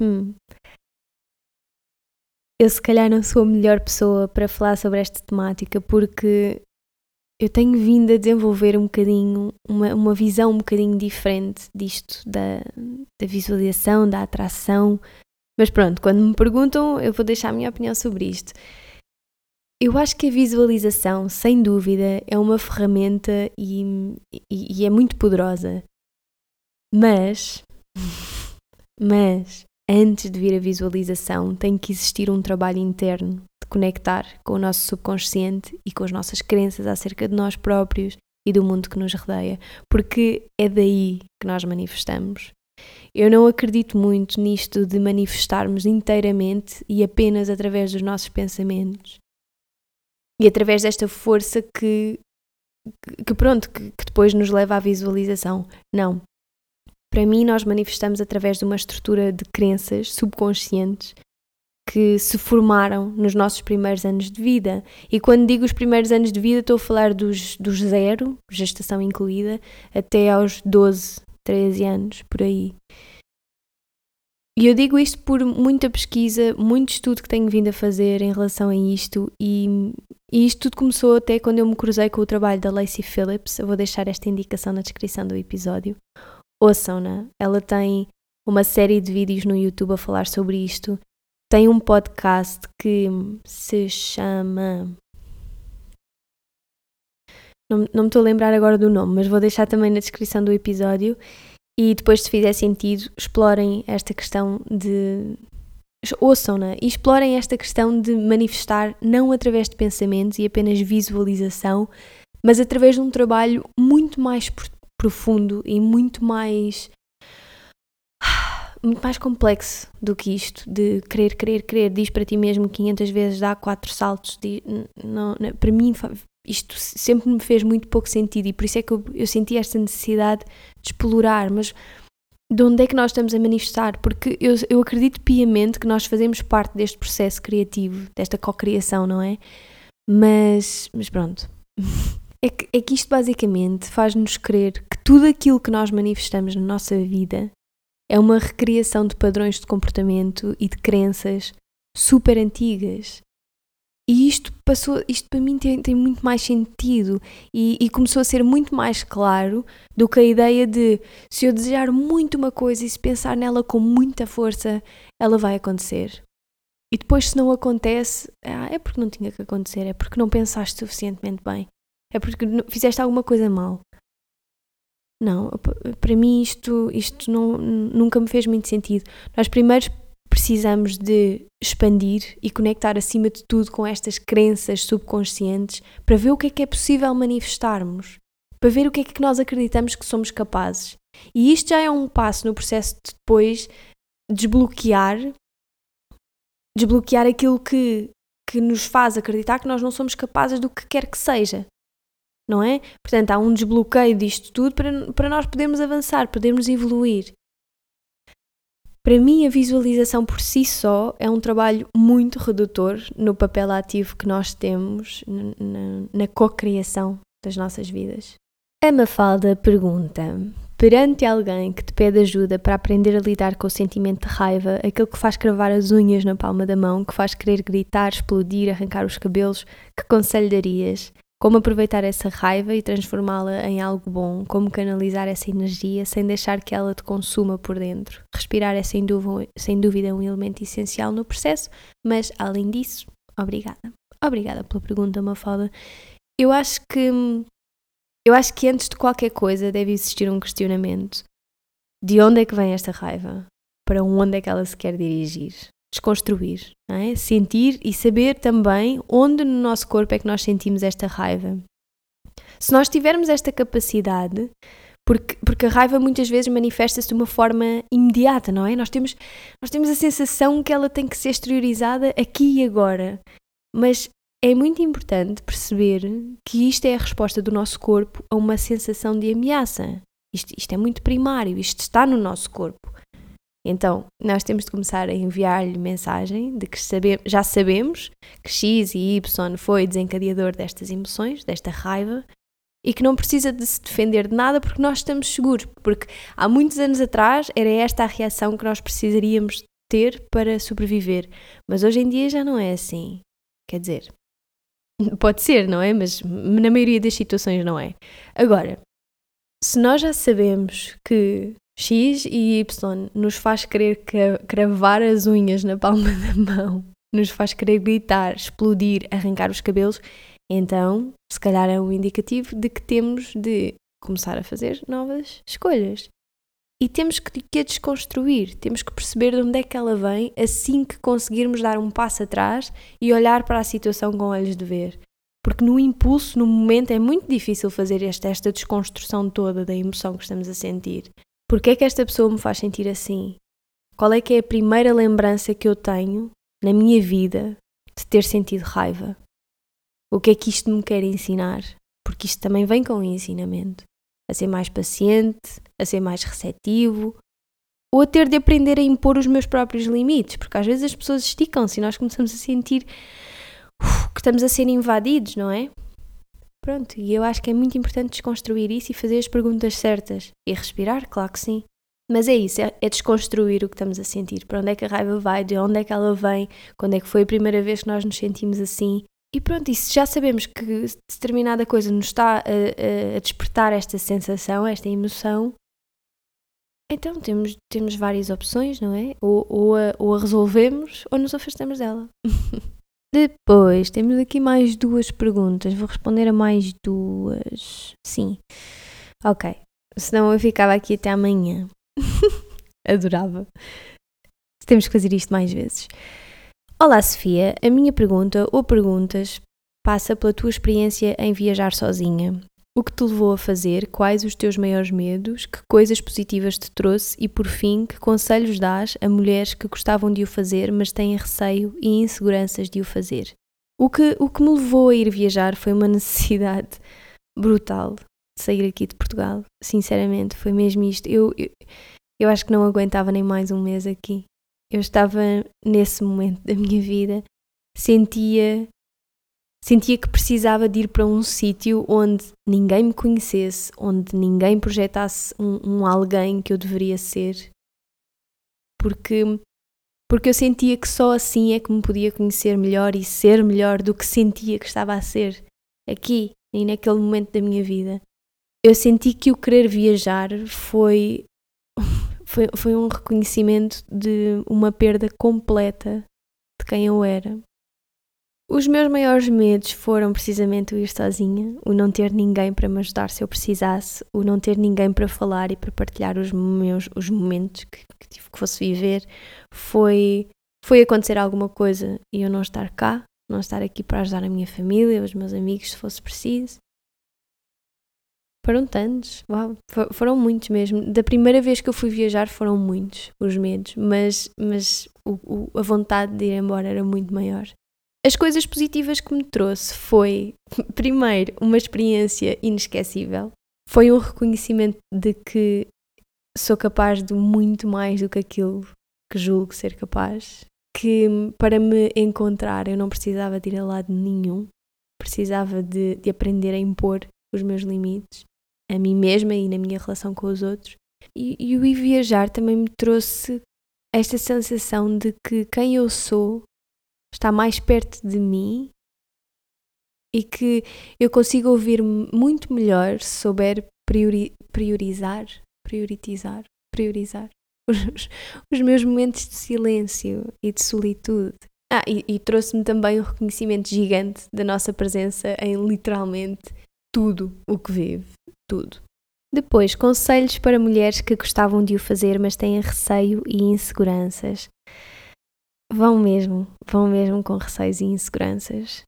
Eu se calhar não sou a melhor pessoa para falar sobre esta temática porque eu tenho vindo a desenvolver um bocadinho, uma visão um bocadinho diferente disto, da visualização, da atração. Mas pronto, quando me perguntam, eu vou deixar a minha opinião sobre isto. Eu acho que a visualização, sem dúvida, é uma ferramenta e é muito poderosa. Mas, antes de vir a visualização, tem que existir um trabalho interno de conectar com o nosso subconsciente e com as nossas crenças acerca de nós próprios e do mundo que nos rodeia, porque é daí que nós manifestamos. Eu não acredito muito nisto de manifestarmos inteiramente e apenas através dos nossos pensamentos e através desta força que depois nos leva à visualização. Não. Para mim, nós manifestamos através de uma estrutura de crenças subconscientes que se formaram nos nossos primeiros anos de vida. E quando digo os primeiros anos de vida, estou a falar dos 0, gestação incluída, até aos 12, 13 anos, por aí. E eu digo isto por muita pesquisa, muito estudo que tenho vindo a fazer em relação a isto e isto tudo começou até quando eu me cruzei com o trabalho da Lacy Phillips. Eu vou deixar esta indicação na descrição do episódio. Ouçam-na, ela tem uma série de vídeos no YouTube a falar sobre isto. Tem um podcast que se chama... Não me estou a lembrar agora do nome, mas vou deixar também na descrição do episódio. E depois, se fizer sentido, explorem esta questão de... Ouçam-na e explorem esta questão de manifestar não através de pensamentos e apenas visualização, mas através de um trabalho muito mais profundo e muito mais complexo do que isto, de querer, diz para ti mesmo 500 vezes, dá 4 saltos, não, para mim isto sempre me fez muito pouco sentido e por isso é que eu senti esta necessidade de explorar, mas de onde é que nós estamos a manifestar? Porque eu acredito piamente que nós fazemos parte deste processo criativo, desta cocriação, não é? Mas pronto... É que isto basicamente faz-nos crer que tudo aquilo que nós manifestamos na nossa vida é uma recriação de padrões de comportamento e de crenças super antigas. E isto para mim tem muito mais sentido e começou a ser muito mais claro do que a ideia de se eu desejar muito uma coisa e se pensar nela com muita força, ela vai acontecer. E depois se não acontece, é porque não tinha que acontecer, é porque não pensaste suficientemente bem. É porque fizeste alguma coisa mal. Não, para mim isto nunca me fez muito sentido. Nós primeiro precisamos de expandir e conectar acima de tudo com estas crenças subconscientes para ver o que é possível manifestarmos, para ver o que é que nós acreditamos que somos capazes. E isto já é um passo no processo de depois desbloquear aquilo que nos faz acreditar que nós não somos capazes do que quer que seja. Não é? Portanto, há um desbloqueio disto tudo para nós podermos avançar, podermos evoluir. Para mim, a visualização por si só é um trabalho muito redutor no papel ativo que nós temos na cocriação das nossas vidas. A Mafalda pergunta: perante alguém que te pede ajuda para aprender a lidar com o sentimento de raiva, aquele que faz cravar as unhas na palma da mão, que faz querer gritar, explodir, arrancar os cabelos, que conselho darias? Como aproveitar essa raiva e transformá-la em algo bom? Como canalizar essa energia sem deixar que ela te consuma por dentro? Respirar é sem dúvida um elemento essencial no processo, mas além disso, obrigada. Obrigada pela pergunta, Mafalda. Eu acho que antes de qualquer coisa deve existir um questionamento. De onde é que vem esta raiva? Para onde é que ela se quer dirigir? Desconstruir, não é? Sentir e saber também onde no nosso corpo é que nós sentimos esta raiva. Se nós tivermos esta capacidade, porque a raiva muitas vezes manifesta-se de uma forma imediata, não é? Nós temos a sensação que ela tem que ser exteriorizada aqui e agora, mas é muito importante perceber que isto é a resposta do nosso corpo a uma sensação de ameaça. Isto é muito primário, isto está no nosso corpo. Então, nós temos de começar a enviar-lhe mensagem de que já sabemos que X e Y foi desencadeador destas emoções, desta raiva, e que não precisa de se defender de nada porque nós estamos seguros, porque há muitos anos atrás era esta a reação que nós precisaríamos ter para sobreviver, mas hoje em dia já não é assim. Quer dizer, pode ser, não é? Mas na maioria das situações não é. Agora, se nós já sabemos que X e Y nos faz querer cravar as unhas na palma da mão, nos faz querer gritar, explodir, arrancar os cabelos, então, se calhar é um indicativo de que temos de começar a fazer novas escolhas. E temos que a desconstruir, temos que perceber de onde é que ela vem assim que conseguirmos dar um passo atrás e olhar para a situação com olhos de ver. Porque no impulso, no momento, é muito difícil fazer esta desconstrução toda da emoção que estamos a sentir. Porquê é que esta pessoa me faz sentir assim? Qual é que é a primeira lembrança que eu tenho na minha vida de ter sentido raiva? O que é que isto me quer ensinar? Porque isto também vem com o ensinamento. A ser mais paciente, a ser mais receptivo, ou a ter de aprender a impor os meus próprios limites, porque às vezes as pessoas esticam-se e nós começamos a sentir que estamos a ser invadidos, não é? Pronto, e eu acho que é muito importante desconstruir isso e fazer as perguntas certas. E respirar, claro que sim. Mas é isso, é desconstruir o que estamos a sentir. Para onde é que a raiva vai, de onde é que ela vem, quando é que foi a primeira vez que nós nos sentimos assim. E pronto, e se já sabemos que determinada coisa nos está a despertar esta sensação, esta emoção, então temos várias opções, não é? Ou a resolvemos ou nos afastamos dela. Depois, temos aqui mais 2 perguntas. Vou responder a mais 2. Sim. Ok. Senão eu ficava aqui até amanhã. Adorava. Temos que fazer isto mais vezes. Olá, Sofia. A minha pergunta ou perguntas passa pela tua experiência em viajar sozinha. O que te levou a fazer? Quais os teus maiores medos? Que coisas positivas te trouxe? E, por fim, que conselhos dás a mulheres que gostavam de o fazer, mas têm receio e inseguranças de o fazer? O que me levou a ir viajar foi uma necessidade brutal de sair aqui de Portugal. Sinceramente, foi mesmo isto. Eu acho que não aguentava nem mais um mês aqui. Eu estava nesse momento da minha vida, sentia que precisava de ir para um sítio onde ninguém me conhecesse, onde ninguém projetasse um alguém que eu deveria ser, porque eu sentia que só assim é que me podia conhecer melhor e ser melhor do que sentia que estava a ser aqui e naquele momento da minha vida. Eu senti que o querer viajar foi um reconhecimento de uma perda completa de quem eu era. Os meus maiores medos foram precisamente o ir sozinha, o não ter ninguém para me ajudar se eu precisasse, o não ter ninguém para falar e para partilhar os momentos que tive que fosse viver. Foi acontecer alguma coisa e eu não estar cá, não estar aqui para ajudar a minha família, os meus amigos, se fosse preciso. Foram tantos, uau, foram muitos mesmo. Da primeira vez que eu fui viajar foram muitos os medos, mas a vontade de ir embora era muito maior. As coisas positivas que me trouxe foi, primeiro, uma experiência inesquecível. Foi um reconhecimento de que sou capaz de muito mais do que aquilo que julgo ser capaz. Que para me encontrar eu não precisava de ir a lado nenhum. Precisava de aprender a impor os meus limites. a mim mesma e na minha relação com os outros. E o ir viajar também me trouxe esta sensação de que quem eu sou está mais perto de mim e que eu consigo ouvir-me muito melhor se souber priorizar os meus momentos de silêncio e de solitude. E trouxe-me também um reconhecimento gigante da nossa presença em literalmente tudo o que vive, tudo. Depois, conselhos para mulheres que gostavam de o fazer, mas têm receio e inseguranças. Vão mesmo com receios e inseguranças.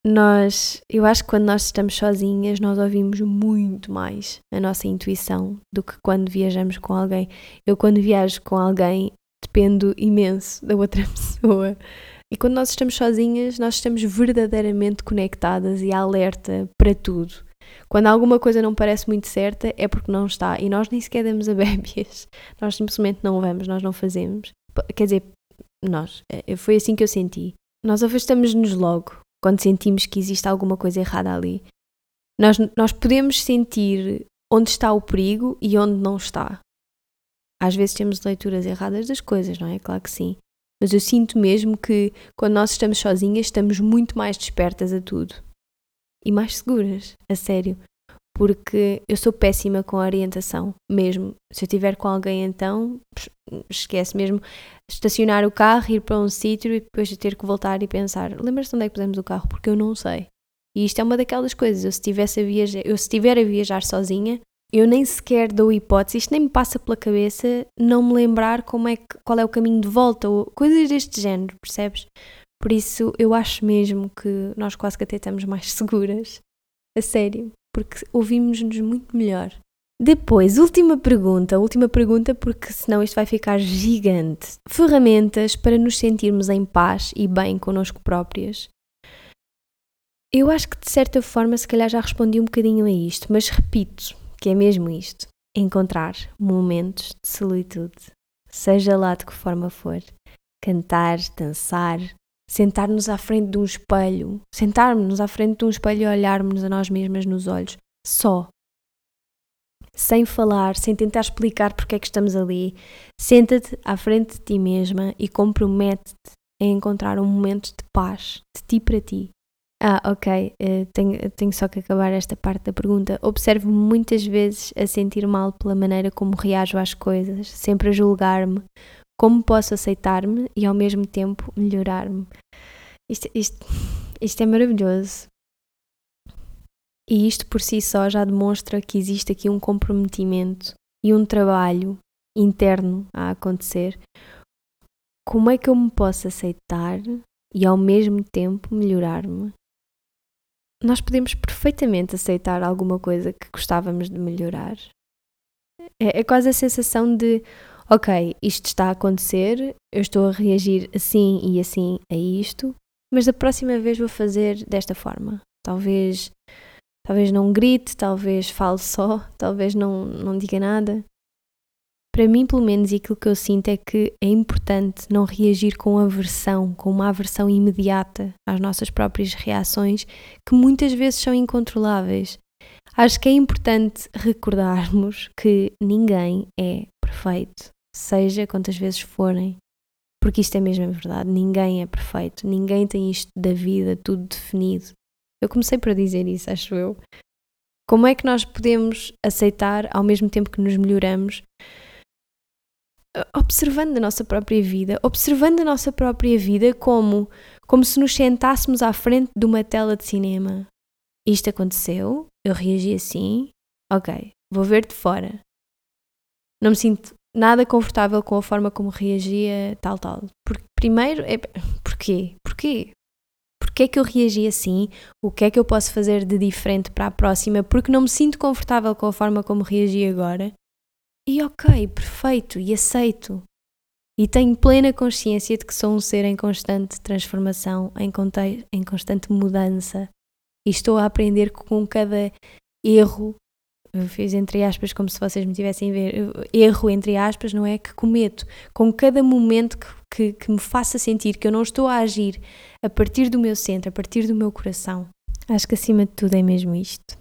Eu acho que quando nós estamos sozinhas, nós ouvimos muito mais a nossa intuição do que quando viajamos com alguém. Eu, quando viajo com alguém, dependo imenso da outra pessoa. E quando nós estamos sozinhas, nós estamos verdadeiramente conectadas e alerta para tudo. Quando alguma coisa não parece muito certa, é porque não está. E nós nem sequer damos a bébias. Nós simplesmente não vamos, nós não fazemos. Quer dizer, foi assim que eu senti. Nós afastamos-nos logo quando sentimos que existe alguma coisa errada ali. Nós podemos sentir onde está o perigo e onde não está. Às vezes temos leituras erradas das coisas, não é? Claro que sim. Mas eu sinto mesmo que quando nós estamos sozinhas, estamos muito mais despertas a tudo. E mais seguras, a sério. Porque eu sou péssima com a orientação, mesmo. Se eu estiver com alguém, então, esquece mesmo estacionar o carro, ir para um sítio e depois de ter que voltar e pensar, lembras-te onde é que pusemos o carro? Porque eu não sei. E isto é uma daquelas coisas, se estiver a viajar sozinha, eu nem sequer dou hipótese, isto nem me passa pela cabeça não me lembrar qual é o caminho de volta, ou coisas deste género, percebes? Por isso eu acho mesmo que nós quase que até estamos mais seguras, a sério, porque ouvimos-nos muito melhor. Depois, última pergunta, porque senão isto vai ficar gigante. Ferramentas para nos sentirmos em paz e bem connosco próprias. Eu acho que de certa forma se calhar já respondi um bocadinho a isto, mas repito que é mesmo isto. Encontrar momentos de solitude, seja lá de que forma for. Cantar, dançar, sentar-nos à frente de um espelho, e olharmos a nós mesmas nos olhos, só. Sem falar, sem tentar explicar porque é que estamos ali. Senta-te à frente de ti mesma e compromete-te a encontrar um momento de paz, de ti para ti. Ok, tenho só que acabar esta parte da pergunta. Observo-me muitas vezes a sentir mal pela maneira como reajo às coisas, sempre a julgar-me. Como posso aceitar-me e ao mesmo tempo melhorar-me? Isto é maravilhoso. E isto por si só já demonstra que existe aqui um comprometimento e um trabalho interno a acontecer. Como é que eu me posso aceitar e ao mesmo tempo melhorar-me? Nós podemos perfeitamente aceitar alguma coisa que gostávamos de melhorar. É quase a sensação de, ok, isto está a acontecer, eu estou a reagir assim e assim a isto, mas da próxima vez vou fazer desta forma. Talvez não grite, talvez fale só, talvez não diga nada. Para mim, pelo menos, aquilo que eu sinto é que é importante não reagir com uma aversão imediata às nossas próprias reações, que muitas vezes são incontroláveis. Acho que é importante recordarmos que ninguém é perfeito, seja quantas vezes forem, porque isto é mesmo a verdade, ninguém é perfeito, ninguém tem isto da vida tudo definido. Eu comecei por dizer isso, acho eu. Como é que nós podemos aceitar ao mesmo tempo que nos melhoramos? Observando a nossa própria vida como se nos sentássemos à frente de uma tela de cinema. Isto aconteceu, eu reagi assim, ok, vou ver de fora. Não me sinto nada confortável com a forma como reagia, tal. Porque primeiro, porquê? Porquê é que eu reagi assim? O que é que eu posso fazer de diferente para a próxima? Porque não me sinto confortável com a forma como reagi agora. E ok, perfeito, e aceito. E tenho plena consciência de que sou um ser em constante transformação, em constante mudança. E estou a aprender com cada erro, eu fiz entre aspas como se vocês me tivessem a ver, erro entre aspas, não é? Que cometo. Com cada momento que me faça sentir que eu não estou a agir a partir do meu centro, a partir do meu coração. Acho que acima de tudo é mesmo isto.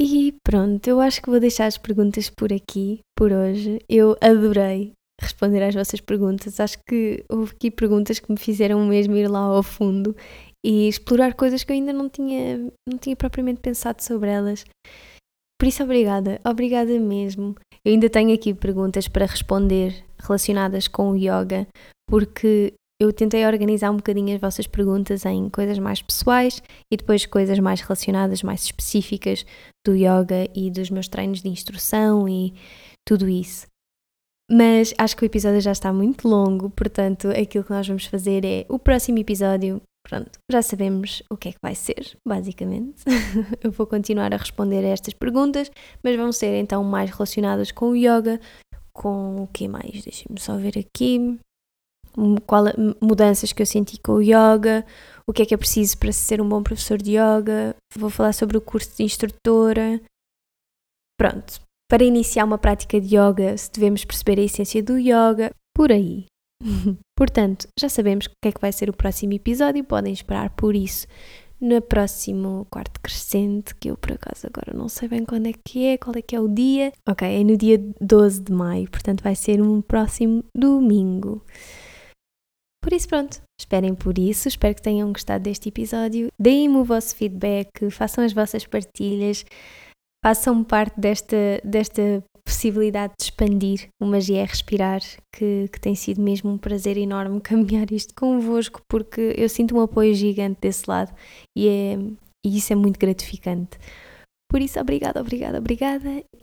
E pronto, eu acho que vou deixar as perguntas por aqui, por hoje. Eu adorei responder às vossas perguntas. Acho que houve aqui perguntas que me fizeram mesmo ir lá ao fundo e explorar coisas que eu ainda não tinha propriamente pensado sobre elas. Por isso, obrigada mesmo. Eu ainda tenho aqui perguntas para responder relacionadas com o yoga, porque eu tentei organizar um bocadinho as vossas perguntas em coisas mais pessoais e depois coisas mais relacionadas, mais específicas do yoga e dos meus treinos de instrução e tudo isso. Mas acho que o episódio já está muito longo, portanto, aquilo que nós vamos fazer é o próximo episódio. Pronto, já sabemos o que é que vai ser, basicamente. Eu vou continuar a responder a estas perguntas, mas vão ser então mais relacionadas com o yoga, com o que mais? Deixem-me só ver aqui. Mudanças que eu senti com o yoga, o que é preciso para ser um bom professor de yoga. Vou falar sobre o curso de instrutora. Pronto, para iniciar uma prática de yoga, se devemos perceber a essência do yoga, por aí. Portanto, já sabemos o que é que vai ser o próximo episódio, podem esperar por isso no próximo quarto crescente, que eu por acaso agora não sei bem quando é, qual é que é o dia. Ok, é no dia 12 de maio, portanto vai ser um próximo domingo. Por isso pronto, esperem por isso, espero que tenham gostado deste episódio, deem-me o vosso feedback, façam as vossas partilhas, façam parte desta possibilidade de expandir o Magia é Respirar, que tem sido mesmo um prazer enorme caminhar isto convosco, porque eu sinto um apoio gigante desse lado e isso é muito gratificante. Por isso, obrigada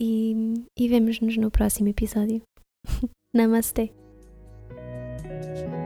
e vemo-nos no próximo episódio. Namastê!